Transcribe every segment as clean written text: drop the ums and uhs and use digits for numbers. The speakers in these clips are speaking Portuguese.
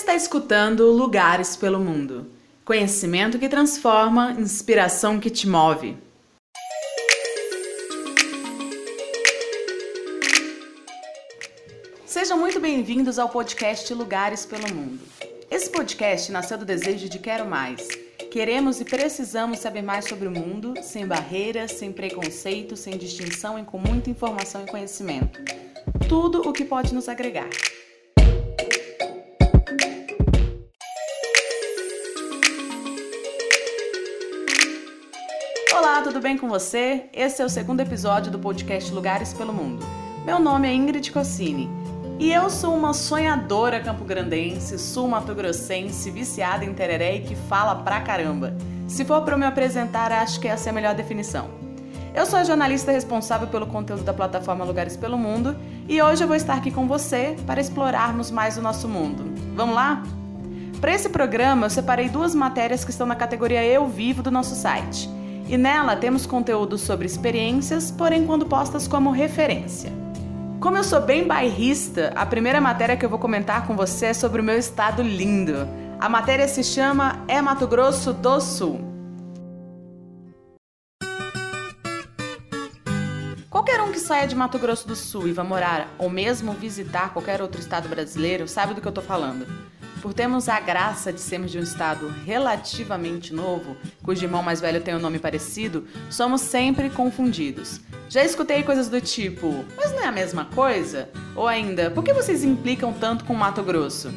está escutando Lugares pelo Mundo. Conhecimento que transforma, inspiração que te move. Sejam muito bem-vindos ao podcast Lugares pelo Mundo. Esse podcast nasceu do desejo de quero mais. Queremos e precisamos saber mais sobre o mundo, sem barreiras, sem preconceito, sem distinção e com muita informação e conhecimento. Tudo o que pode nos agregar. Olá, tudo bem com você? Esse é o segundo episódio do podcast Lugares pelo Mundo. Meu nome é Ingrid Cossini e eu sou uma sonhadora campograndense, sul-mato-grossense, viciada em tereré e que fala pra caramba. Se for para eu me apresentar, acho que essa é a melhor definição. Eu sou a jornalista responsável pelo conteúdo da plataforma Lugares pelo Mundo e hoje eu vou estar aqui com você para explorarmos mais o nosso mundo. Vamos lá? Para esse programa, eu separei duas matérias que estão na categoria Eu Vivo do nosso site. E nela temos conteúdo sobre experiências, porém quando postas como referência. Como eu sou bem bairrista, a primeira matéria que eu vou comentar com você é sobre o meu estado lindo. A matéria se chama É Mato Grosso do Sul. Qualquer um que saia de Mato Grosso do Sul e vá morar ou mesmo visitar qualquer outro estado brasileiro sabe do que eu tô falando. Por termos a graça de sermos de um estado relativamente novo, cujo irmão mais velho tem um nome parecido, somos sempre confundidos. Já escutei coisas do tipo, mas não é a mesma coisa? Ou ainda, por que vocês implicam tanto com Mato Grosso?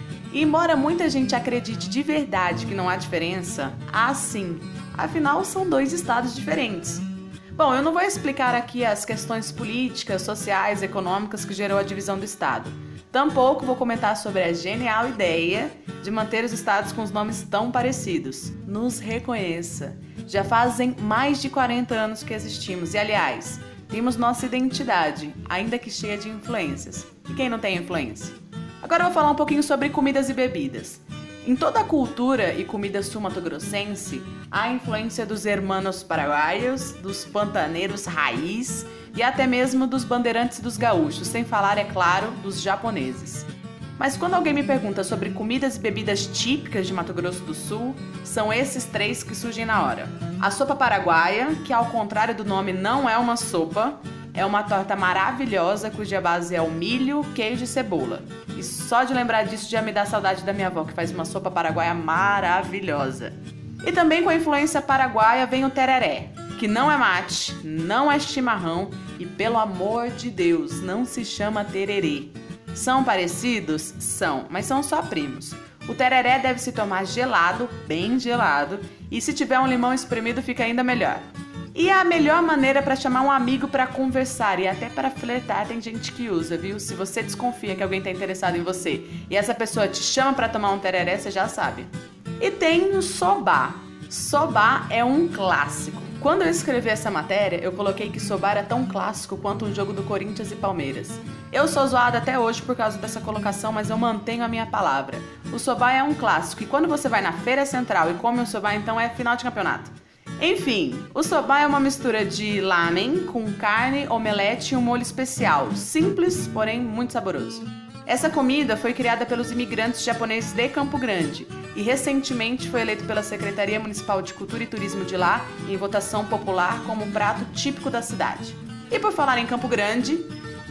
E embora muita gente acredite de verdade que não há diferença, há sim. Afinal, são dois estados diferentes. Bom, eu não vou explicar aqui as questões políticas, sociais, econômicas que gerou a divisão do estado. Tampouco vou comentar sobre a genial ideia de manter os estados com os nomes tão parecidos. Nos reconheça. Já fazem mais de 40 anos que existimos e, aliás, temos nossa identidade, ainda que cheia de influências. E quem não tem influência? Agora eu vou falar um pouquinho sobre comidas e bebidas. Em toda a cultura e comida sul-mato-grossense, há a influência dos hermanos paraguaios, dos pantaneiros raiz e até mesmo dos bandeirantes dos gaúchos, sem falar, é claro, dos japoneses. Mas quando alguém me pergunta sobre comidas e bebidas típicas de Mato Grosso do Sul, são esses três que surgem na hora. A sopa paraguaia, que ao contrário do nome não é uma sopa, é uma torta maravilhosa cuja base é o milho, queijo e cebola. E só de lembrar disso já me dá saudade da minha avó, que faz uma sopa paraguaia maravilhosa. E também com a influência paraguaia vem o tereré, que não é mate, não é chimarrão e, pelo amor de Deus, não se chama tererê. São parecidos? São, mas são só primos. O tereré deve se tomar gelado, bem gelado, e se tiver um limão espremido fica ainda melhor. E a melhor maneira para chamar um amigo para conversar e até para flertar tem gente que usa, viu? Se você desconfia que alguém está interessado em você e essa pessoa te chama para tomar um tereré, você já sabe. E tem o sobá. Sobá é um clássico. Quando eu escrevi essa matéria, eu coloquei que sobá era tão clássico quanto um jogo do Corinthians e Palmeiras. Eu sou zoada até hoje por causa dessa colocação, mas eu mantenho a minha palavra. O sobá é um clássico e quando você vai na Feira Central e come um sobá, então é final de campeonato. Enfim, o sobá é uma mistura de lamen com carne, omelete e um molho especial. Simples, porém muito saboroso. Essa comida foi criada pelos imigrantes japoneses de Campo Grande e recentemente foi eleito pela Secretaria Municipal de Cultura e Turismo de lá em votação popular como um prato típico da cidade. E por falar em Campo Grande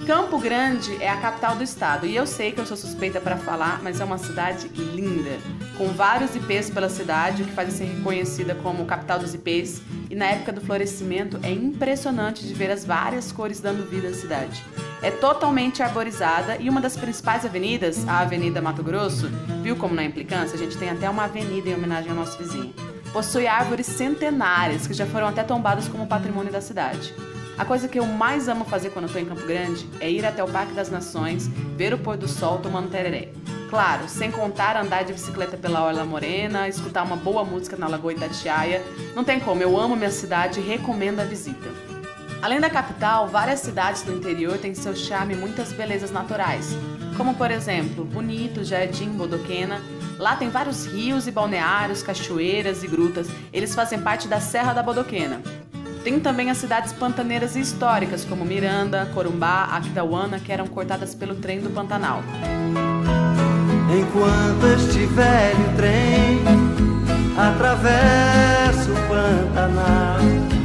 é a capital do estado e eu sei que eu sou suspeita para falar, mas é uma cidade linda, com vários ipês pela cidade, o que faz ser reconhecida como capital dos ipês, e na época do florescimento é impressionante de ver as várias cores dando vida à cidade. É totalmente arborizada e uma das principais avenidas, a Avenida Mato Grosso, viu como na implicância? A gente tem até uma avenida em homenagem ao nosso vizinho. Possui árvores centenárias que já foram até tombadas como patrimônio da cidade. A coisa que eu mais amo fazer quando eu tô em Campo Grande é ir até o Parque das Nações, ver o pôr do sol tomando tereré. Claro, sem contar andar de bicicleta pela Orla Morena, escutar uma boa música na Lagoa Itatiaia. Não tem como, eu amo minha cidade e recomendo a visita. Além da capital, várias cidades do interior têm seu charme e muitas belezas naturais, como por exemplo, Bonito, Jardim, Bodoquena. Lá tem vários rios e balneários, cachoeiras e grutas, eles fazem parte da Serra da Bodoquena. Tem também as cidades pantaneiras e históricas, como Miranda, Corumbá, Aquidauana, que eram cortadas pelo trem do Pantanal. Enquanto este velho trem atravessa o Pantanal,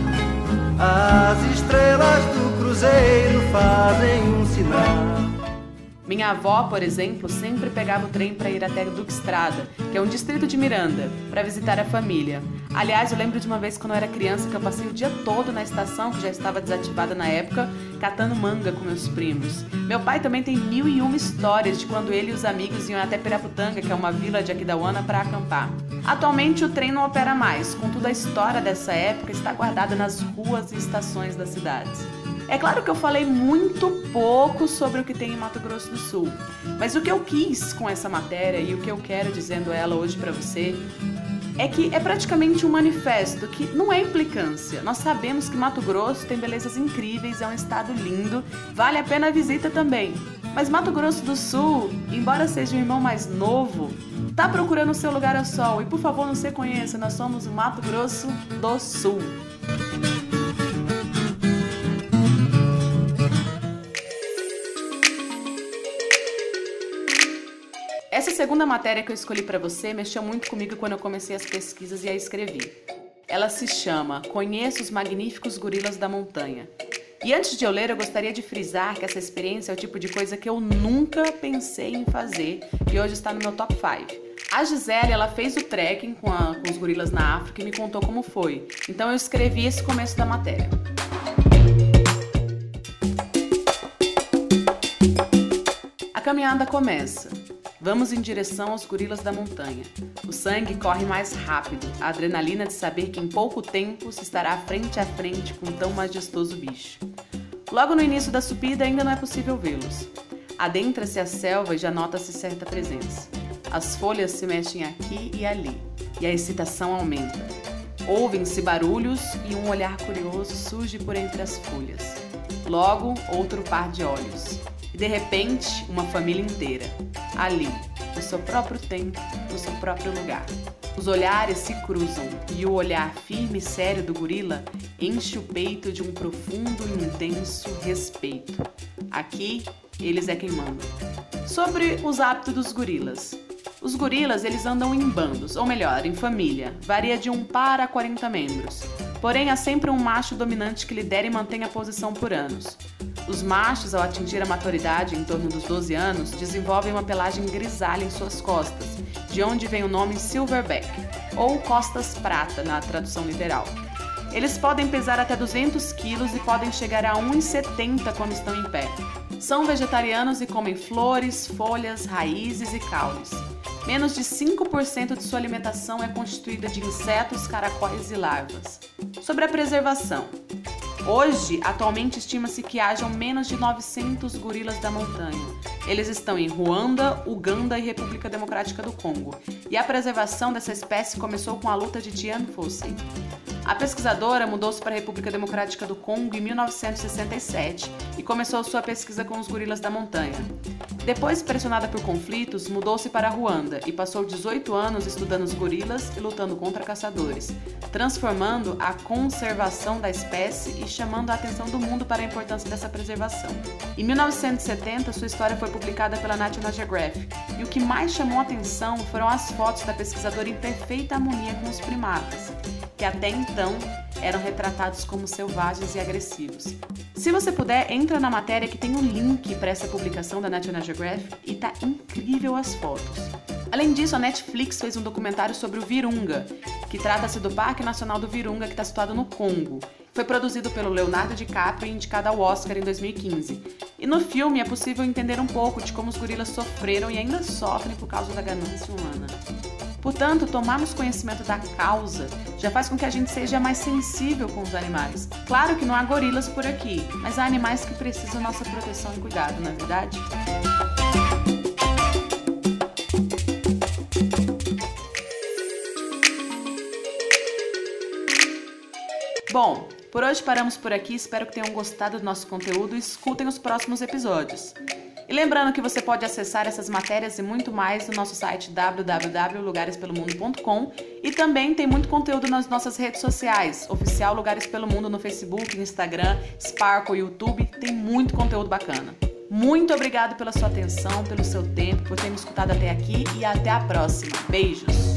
as estrelas do cruzeiro fazem um sinal. Minha avó, por exemplo, sempre pegava o trem para ir até Duque Estrada, que é um distrito de Miranda, para visitar a família. Aliás, eu lembro de uma vez quando eu era criança que eu passei o dia todo na estação, que já estava desativada na época, catando manga com meus primos. Meu pai também tem 1001 histórias de quando ele e os amigos iam até Piraputanga, que é uma vila de Aquidauana, para acampar. Atualmente o trem não opera mais, contudo a história dessa época está guardada nas ruas e estações das cidades. É claro que eu falei muito pouco sobre o que tem em Mato Grosso do Sul, mas o que eu quis com essa matéria e o que eu quero dizendo ela hoje para você é que é praticamente um manifesto que não é implicância. Nós sabemos que Mato Grosso tem belezas incríveis, é um estado lindo, vale a pena a visita também. Mas Mato Grosso do Sul, embora seja um irmão mais novo, tá procurando o seu lugar ao sol e por favor não se conheça, nós somos o Mato Grosso do Sul. Essa segunda matéria que eu escolhi para você mexeu muito comigo quando eu comecei as pesquisas e a escrevi. Ela se chama Conheça os Magníficos Gorilas da Montanha. E antes de eu ler, eu gostaria de frisar que essa experiência é o tipo de coisa que eu nunca pensei em fazer e hoje está no meu top 5. A Gisele, ela fez o trekking com os gorilas na África e me contou como foi. Então eu escrevi esse começo da matéria. A caminhada começa. Vamos em direção aos gorilas da montanha. O sangue corre mais rápido, a adrenalina de saber que em pouco tempo se estará frente a frente com tão majestoso bicho. Logo no início da subida ainda não é possível vê-los. Adentra-se a selva e já nota-se certa presença. As folhas se mexem aqui e ali, e a excitação aumenta. Ouvem-se barulhos e um olhar curioso surge por entre as folhas. Logo, outro par de olhos. E de repente, uma família inteira, ali, no seu próprio tempo, no seu próprio lugar. Os olhares se cruzam e o olhar firme e sério do gorila enche o peito de um profundo e intenso respeito. Aqui, eles é quem manda. Sobre os hábitos dos gorilas. Os gorilas, eles andam em bandos, ou melhor, em família. Varia de 1 par a 40 membros. Porém, há sempre um macho dominante que lidera e mantém a posição por anos. Os machos, ao atingir a maturidade em torno dos 12 anos, desenvolvem uma pelagem grisalha em suas costas, de onde vem o nome silverback, ou costas prata na tradução literal. Eles podem pesar até 200 quilos e podem chegar a 1,70 quando estão em pé. São vegetarianos e comem flores, folhas, raízes e caules. Menos de 5% de sua alimentação é constituída de insetos, caracóis e larvas. Sobre a preservação. Hoje, atualmente, estima-se que hajam menos de 900 gorilas da montanha. Eles estão em Ruanda, Uganda e República Democrática do Congo. E a preservação dessa espécie começou com a luta de Dian Fossey. A pesquisadora mudou-se para a República Democrática do Congo em 1967 e começou sua pesquisa com os gorilas da montanha. Depois, pressionada por conflitos, mudou-se para Ruanda e passou 18 anos estudando os gorilas e lutando contra caçadores, transformando a conservação da espécie e chamando a atenção do mundo para a importância dessa preservação. Em 1970, sua história foi publicada pela National Geographic e o que mais chamou a atenção foram as fotos da pesquisadora em perfeita harmonia com os primatas, que até então eram retratados como selvagens e agressivos. Se você puder, entra na matéria que tem um link para essa publicação da National Geographic e tá incrível as fotos. Além disso, a Netflix fez um documentário sobre o Virunga, que trata-se do Parque Nacional do Virunga, que está situado no Congo. Foi produzido pelo Leonardo DiCaprio e indicado ao Oscar em 2015. E no filme é possível entender um pouco de como os gorilas sofreram e ainda sofrem por causa da ganância humana. Portanto, tomarmos conhecimento da causa já faz com que a gente seja mais sensível com os animais. Claro que não há gorilas por aqui, mas há animais que precisam da nossa proteção e cuidado, não é verdade? Bom, por hoje paramos por aqui, espero que tenham gostado do nosso conteúdo e escutem os próximos episódios. E lembrando que você pode acessar essas matérias e muito mais no nosso site www.lugarespelomundo.com e também tem muito conteúdo nas nossas redes sociais, oficial Lugares pelo Mundo no Facebook, Instagram, Sparkle, YouTube, tem muito conteúdo bacana. Muito obrigado pela sua atenção, pelo seu tempo, por ter me escutado até aqui e até a próxima. Beijos!